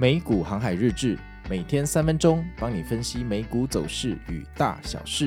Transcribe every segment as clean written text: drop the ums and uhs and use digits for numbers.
美股航海日志，每天3分钟，帮你分析美股走势与大小事。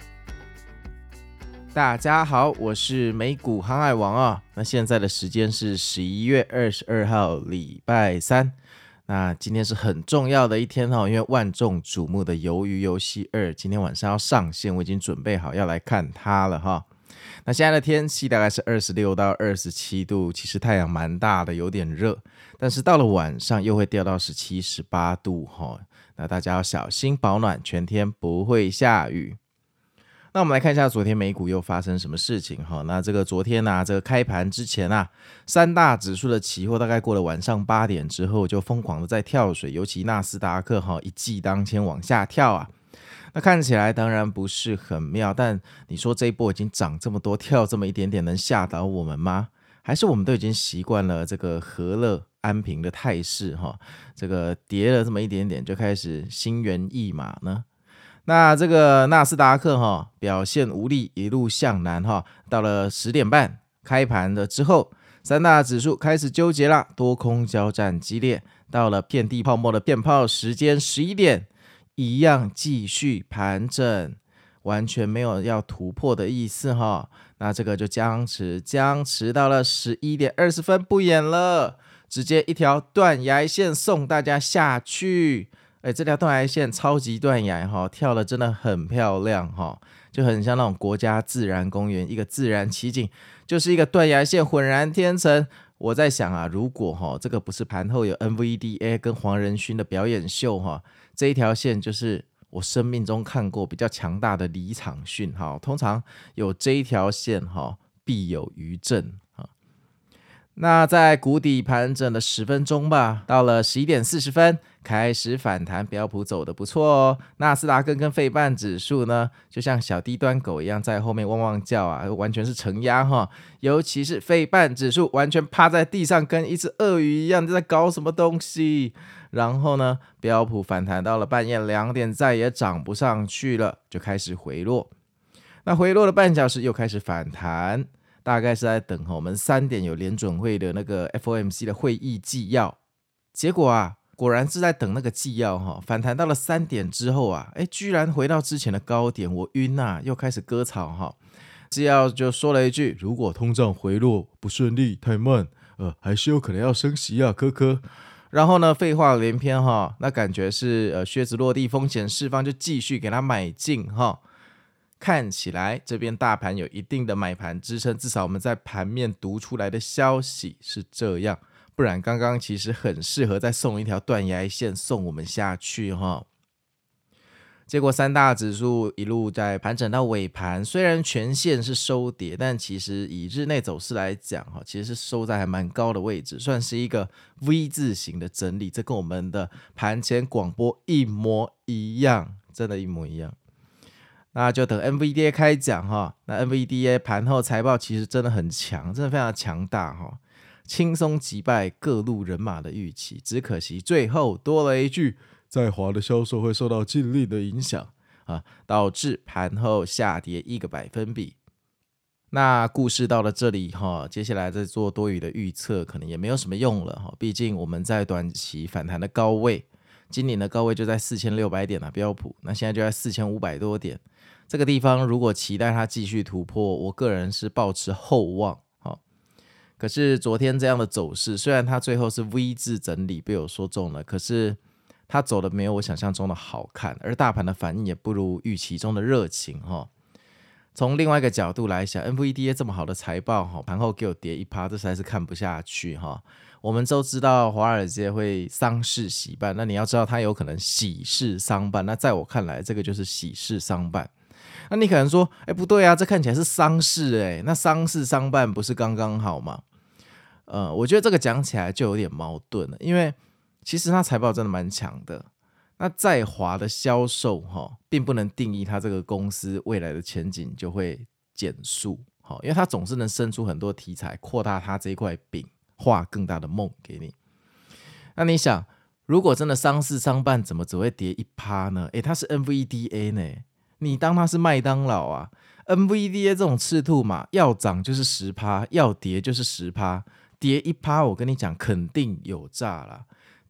大家好，我是美股航海王啊。那现在的时间是11月22号，礼拜三。那今天是很重要的一天哦，因为万众瞩目的《鱿鱼游戏2》今天晚上要上线，我已经准备好要来看它了哈。那现在的天气大概是26到27度，其实太阳蛮大的，有点热，但是到了晚上又会掉到17、18度哈。那大家要小心保暖，全天不会下雨。那我们来看一下昨天美股又发生什么事情哈。那这个昨天这个开盘之前三大指数的期货大概过了晚上8点之后就疯狂的在跳水，尤其纳斯达克一骑当千往下跳那看起来当然不是很妙，但你说这一波已经涨这么多，跳这么一点点，能吓倒我们吗？还是我们都已经习惯了这个和乐安平的态势这个跌了这么一点点就开始心猿意马呢？那这个纳斯达克表现无力，一路向南到了10点半开盘了之后，三大指数开始纠结啦，多空交战激烈，到了遍地泡沫的骗炮时间11点一样继续盘整，完全没有要突破的意思那这个就僵持到了11点20分不演了，直接一条断崖线送大家下去。这条断崖线超级断崖跳的真的很漂亮就很像那种国家自然公园一个自然奇景，就是一个断崖线浑然天成。我在想如果这个不是盘后有 NVDA 跟黄仁勋的表演秀这一条线就是我生命中看过比较强大的离场训通常有这一条线必有余震那在谷底盘整了10分钟吧，到了11点40分开始反弹，标普走得不错纳斯达克跟费半指数呢就像小低端狗一样在后面汪汪叫完全是承压尤其是费半指数完全趴在地上跟一只鳄鱼一样在搞什么东西。然后呢标普反弹到了半夜2点再也涨不上去了，就开始回落。那回落了半小时又开始反弹，大概是在等我们3点有联准会的那个 FOMC 的会议纪要，结果果然是在等那个纪要反弹到了3点之后居然回到之前的高点，我晕又开始割草纪要就说了一句，如果通胀回落不顺利太慢还是有可能要升息科科。然后呢废话连篇那感觉是靴子落地风险释放，就继续给他买进看起来这边大盘有一定的买盘支撑，至少我们在盘面读出来的消息是这样，不然刚刚其实很适合再送一条断崖线送我们下去结果三大指数一路在盘整到尾盘，虽然全线是收跌，但其实以日内走势来讲其实是收在还蛮高的位置，算是一个 V 字形的整理，这跟我们的盘前广播一模一样，真的一模一样。那就等 NVDA 开讲那 NVDA 盘后财报其实真的很强，真的非常强大轻松击败各路人马的预期，只可惜最后多了一句，在华的销售会受到禁令的影响导致盘后下跌1个百分比。那故事到了这里接下来再做多余的预测可能也没有什么用了毕竟我们在短期反弹的高位，今年的高位就在4600点标普，那现在就在4500多点，这个地方如果期待它继续突破，我个人是抱持厚望可是昨天这样的走势，虽然它最后是 V 字整理被我说中了，可是它走的没有我想象中的好看，而大盘的反应也不如预期中的热情从另外一个角度来想， NVDA 这么好的财报盘后给我跌1%，这实在是看不下去我们都知道华尔街会丧事喜办，那你要知道它有可能喜事丧办，那在我看来这个就是喜事丧办。那你可能说不对这看起来是丧事那丧事丧办不是刚刚好吗？我觉得这个讲起来就有点矛盾了，因为其实它财报真的蛮强的，那在华的销售并不能定义它这个公司未来的前景就会减速因为它总是能生出很多题材，扩大它这一块饼，画更大的梦给你。那你想，如果真的丧事丧办，怎么只会跌1%呢？它是 NVDA 呢，你当它是麦当劳NVDA 这种赤兔马，要涨就是 10%， 要跌就是 10%， 跌1%我跟你讲肯定有诈啦，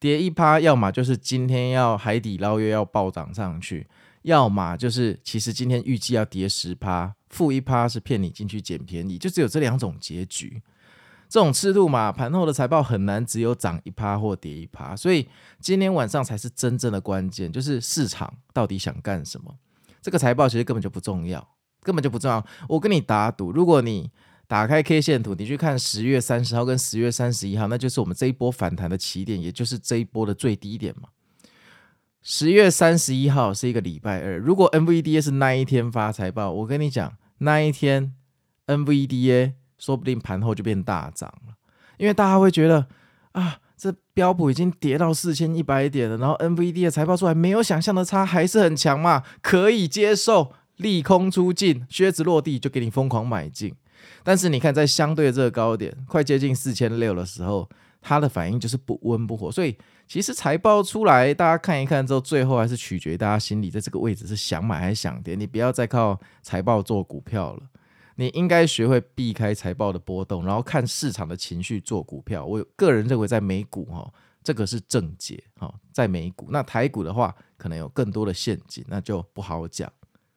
跌1%，要么就是今天要海底捞月要暴涨上去，要么就是其实今天预计要跌10%，负1%是骗你进去捡便宜，就只有这2种结局。这种赤兔马盘后的财报很难只有涨1%或跌1%，所以今天晚上才是真正的关键，就是市场到底想干什么。这个财报其实根本就不重要，我跟你打赌，如果你打开 K 线图，你去看10月30号跟10月31号，那就是我们这一波反弹的起点，也就是这一波的最低点嘛。10月31号是一个礼拜二，如果 NVDA 是那一天发财报，我跟你讲，那一天 NVDA 说不定盘后就变大涨了，因为大家会觉得啊，这标普已经跌到4100点了，然后 NVDA 的财报出来没有想象的差，还是很强嘛，可以接受，利空出尽，靴子落地就给你疯狂买进。但是你看，在相对的这个高点，快接近4600的时候，它的反应就是不温不火。所以其实财报出来，大家看一看之后，最后还是取决于大家心里在这个位置是想买还是想跌。你不要再靠财报做股票了，你应该学会避开财报的波动，然后看市场的情绪做股票。我个人认为，在美股这个是正解，在美股。那台股的话，可能有更多的陷阱，那就不好讲。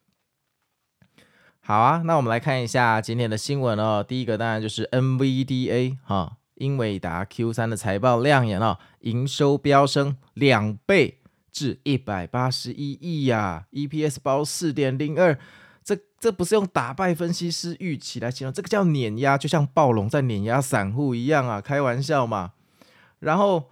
好啊，那我们来看一下今天的新闻哦。第一个当然就是 NVDA 英伟达 Q3 的财报亮眼哦，营收飙升2倍至181亿啊 ，EPS 包 4.02， 这不是用打败分析师预期来形容，这个叫碾压，就像暴龙在碾压散户一样啊，开玩笑嘛。然后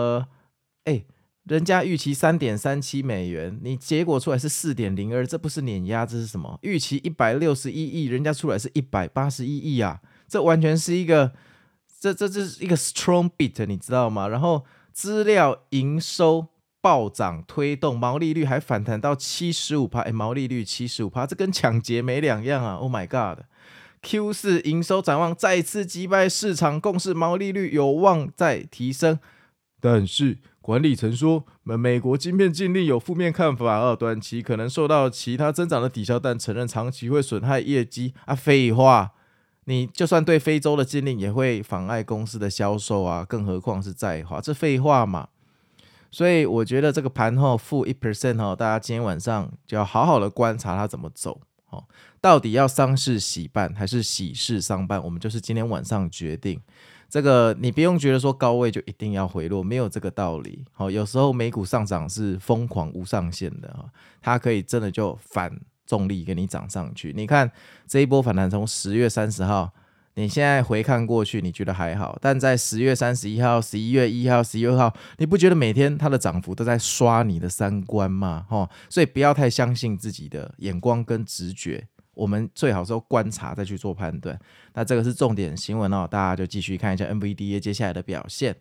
人家预期 3.37 美元，你结果出来是 4.02， 这不是碾压，这是什么？预期161亿，人家出来是181亿啊，这完全是一个这是一个 strong beat， 你知道吗？然后资料营收暴涨推动，毛利率还反弹到 75%，毛利率 75%， 这跟抢劫没两样啊 ！Oh my god！ Q4 营收展望再次击败市场共识，毛利率有望再提升，但是管理层说，美国晶片禁令有负面看法，短期可能受到其他增长的抵消，但承认长期会损害业绩啊。废话，你就算对非洲的禁令也会妨碍公司的销售啊，更何况是在华，这废话嘛。所以我觉得这个盘后负 1%， 大家今天晚上就要好好的观察它怎么走。到底要丧事喜办还是喜事丧办，我们就是今天晚上决定。这个你不用觉得说高位就一定要回落，没有这个道理。有时候美股上涨是疯狂无上限的，它可以真的就反重力给你涨上去。你看这一波反弹从10月30号，你现在回看过去你觉得还好，但在10月31号、11月1号、11号，你不觉得每天它的涨幅都在刷你的三观吗？所以不要太相信自己的眼光跟直觉，我们最好是要观察再去做判断。那这个是重点新闻哦，大家就继续看一下 NVDA 接下来的表现。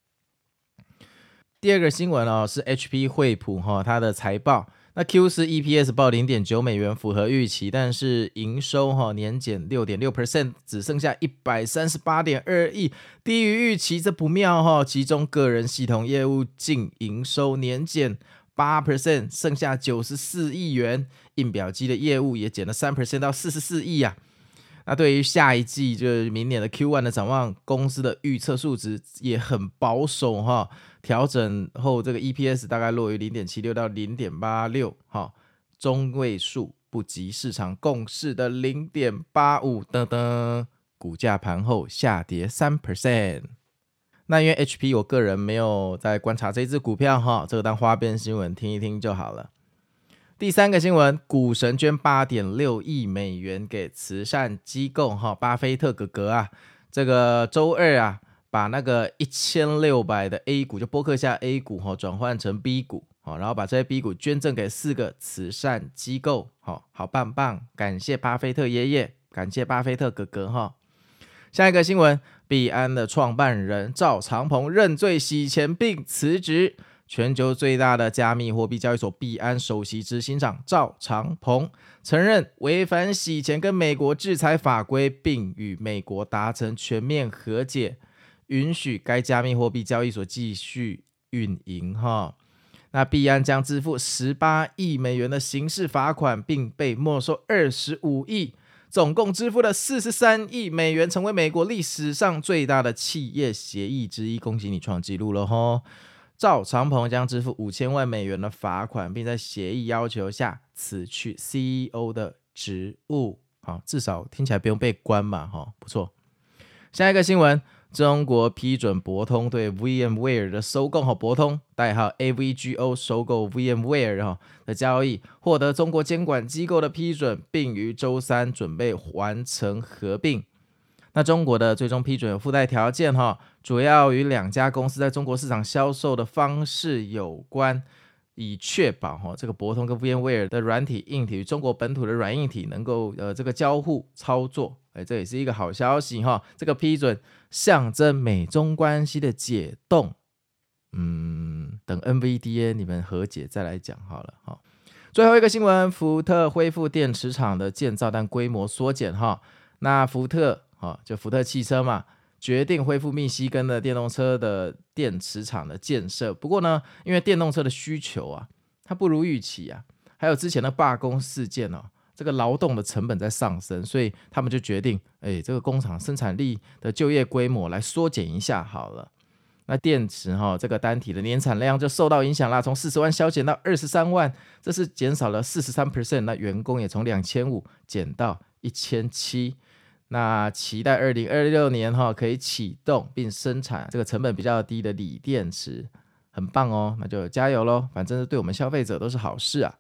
第二个新闻是 HP 惠普它的财报。那 Q4 EPS 报 0.9 美元，符合预期，但是营收年减 6.6%， 只剩下 138.2 亿，低于预期，这不妙其中个人系统业务净营收年减 8%， 剩下94亿元，印表机的业务也减了 3% 到44亿啊。那对于下一季就是明年的 Q1 的展望，公司的预测数值也很保守调整后这个 EPS 大概落于 0.76 到 0.86 中位数不及市场共识的 0.85 等等，股价盘后下跌 3%。 那因为 HP 我个人没有在观察这支股票这个当花边新闻听一听就好了。第三个新闻，股神捐 8.6 亿美元给慈善机构巴菲特哥哥啊，这个周二把那个1600的 A 股就波克夏 A 股转换成 B 股然后把这些 B 股捐赠给4个慈善机构好棒棒，感谢巴菲特爷爷，感谢巴菲特哥哥下一个新闻，币安的创办人赵长鹏认罪洗钱并辞职。全球最大的加密货币交易所币安首席执行长赵长鹏承认违反洗钱跟美国制裁法规，并与美国达成全面和解，允许该加密货币交易所继续运营那币安将支付18亿美元的刑事罚款，并被没收25亿，总共支付了43亿美元，成为美国历史上最大的企业协议之一。恭喜你创纪录了赵长鹏将支付$5000万的罚款，并在协议要求下辞去 CEO 的职务。好，至少听起来不用被关嘛，不错。下一个新闻，中国批准博通对 VMware 的收购，博通代号 AVGO 收购 VMware 的交易获得中国监管机构的批准，并于周三准备完成合并。那中国的最终批准有附带条件，主要与两家公司在中国市场销售的方式有关，以确保这个博通跟 VMware 的软体硬体与中国本土的软硬体能够这个交互操作。这也是一个好消息，这个批准象征美中关系的解冻。等 NVDA 你们和解再来讲好了。最后一个新闻，福特恢复电池厂的建造，但规模缩减。那福特就福特汽车嘛，决定恢复密西根的电动车的电池厂的建设。不过呢，因为电动车的需求啊，它不如预期啊，还有之前的罢工事件这个劳动的成本在上升，所以他们就决定，这个工厂生产力的就业规模来缩减一下好了。那电池这个单体的年产量就受到影响啦，从40万削减到23万，这是减少了 43%。那员工也从2500减到1700。那期待2026年可以启动并生产这个成本比较低的锂电池，很棒哦，那就加油咯，反正对我们消费者都是好事啊。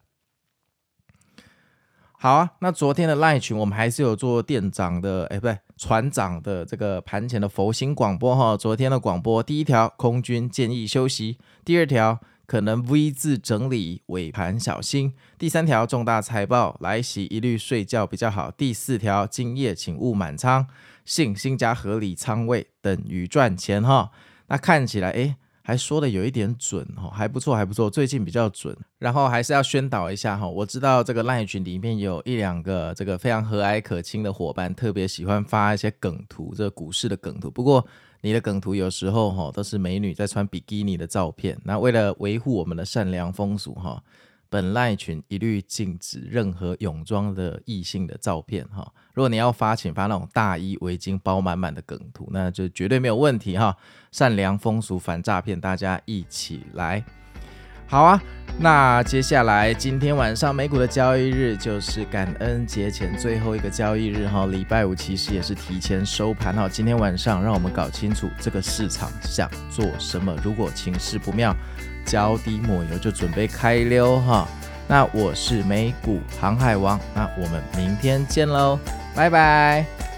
好啊，那昨天的 LINE 群我们还是有做店长的，不对，船长的这个盘前的佛心广播昨天的广播，第一条，空军建议休息；第二条，可能 V 字整理，尾盘小心；第三条，重大财报来袭，一律睡觉比较好；第四条，今夜请勿满仓，信心加合理仓位等于赚钱那看起来还说的有一点准还不错还不错，最近比较准。然后还是要宣导一下我知道这个 LINE 群里面有1-2个这个非常和蔼可亲的伙伴，特别喜欢发一些梗图，这个股市的梗图。不过你的梗图有时候都是美女在穿比基尼的照片，那为了维护我们的善良风俗本 LINE 群一律禁止任何泳装的异性的照片如果你要发，请发那种大衣围巾包满满的梗图，那就绝对没有问题善良风俗反诈骗，大家一起来。好啊，那接下来今天晚上美股的交易日就是感恩节前最后一个交易日礼拜五其实也是提前收盘今天晚上让我们搞清楚这个市场想做什么，如果情势不妙，脚底抹油就准备开溜那我是美股航海王，那我们明天见喽，拜拜。